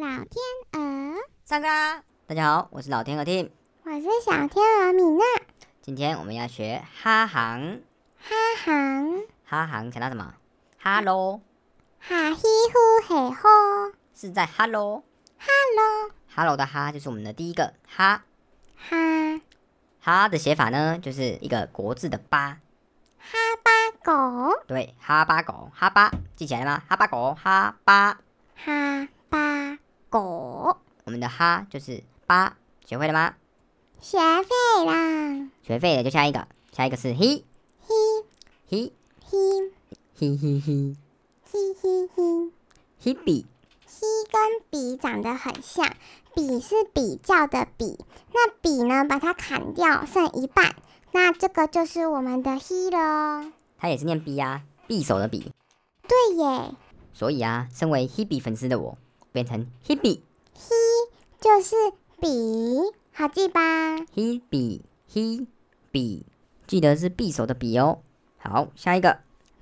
老天鹅， 上课啦！大家好，我是老天鹅 Tim， 我是小天鹅米娜。 今天我们要学哈行。哈行讲到什么 ？Hello， 哈希呼嘿吼， 是在 Hello 的哈就是我们的第一个哈。哈的写法呢，就是一个国字的八。 哈巴狗， 对，哈巴狗，哈巴记起来了吗？哈巴狗，哈巴。 哈巴狗， 我们的哈就是八，学会了吗？ 学废啦。 学废了就下一个是 he。 嘿 Hebe。 跟比长得很像，比是比较的比，那比呢把它砍掉剩一半，那这个就是我们的 he 了。 它也是念 B 啊，匕首的匕。 对耶， 所以啊，身为 Hebe 粉丝的我，变成 Hebe。 就是比，好记吧？ Hebe， 记得是匕首的匕哦。好，下一个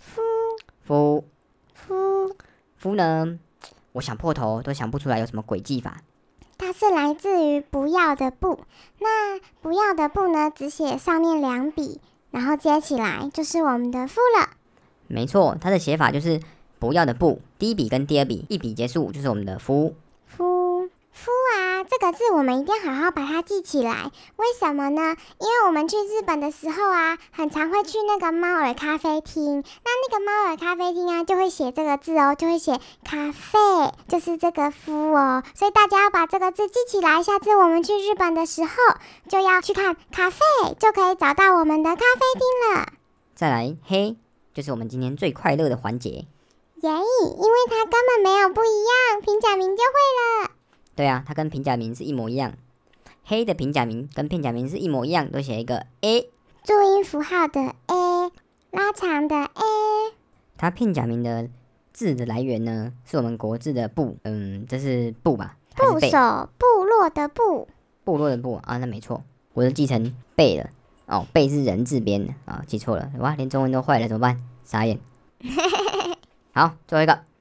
夫呢，我想破头都想不出来有什么诡计法。 它是来自于不要的不，那不要的不呢，只写上面两笔，然后接起来就是我们的夫了。 没错，它的写法就是不要的不，第一笔跟第二笔一笔结束，就是我们的夫啊，这个字我们一定要好好把它记起来。为什么呢？因为我们去日本的时候啊，很常会去那个猫耳咖啡厅。那个猫耳咖啡厅啊，就会写这个字哦，就会写咖啡，就是这个夫哦。所以大家要把这个字记起来，下次我们去日本的时候就要去看咖啡，就可以找到我们的咖啡厅了。 再来嘿，就是我们今天最快乐的环节。 耶，因为它根本没有不一样，平假名就会了。 对啊，它跟平假名是一模一样。黑的平假名跟片假名是一模一样，都写一个 a， 注音符号的 a， 拉长的 a。 它片假名的字的来源呢，是我们国字的部，这是部吧？ 部首，部落的部， 部落的部啊，那没错，我就记成贝了。哦，贝是人字边的啊，记错了，哇，连中文都坏了，怎么办？傻眼。好，最后一个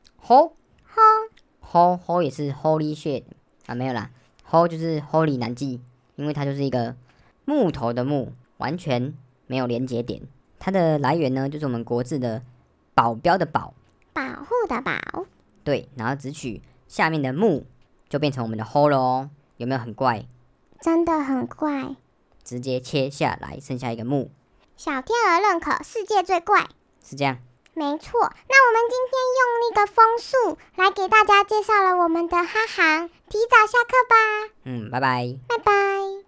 ho 也是 holy shit 啊，没有啦 ，ho 就是 holy 难记，因为它就是一个木头的木，完全没有连结点。它的来源呢，就是我们国字的保镖的保， 保护的保。 对，然后只取下面的木，就变成我们的 ho 了哦。有没有很怪？ 真的很怪。 直接切下来，剩下一个木。 小天鹅认可世界最怪， 是这样。 没错。那我们今天用那个风速来给大家介绍了我们的哈行，提早下课吧。 拜拜。 拜拜。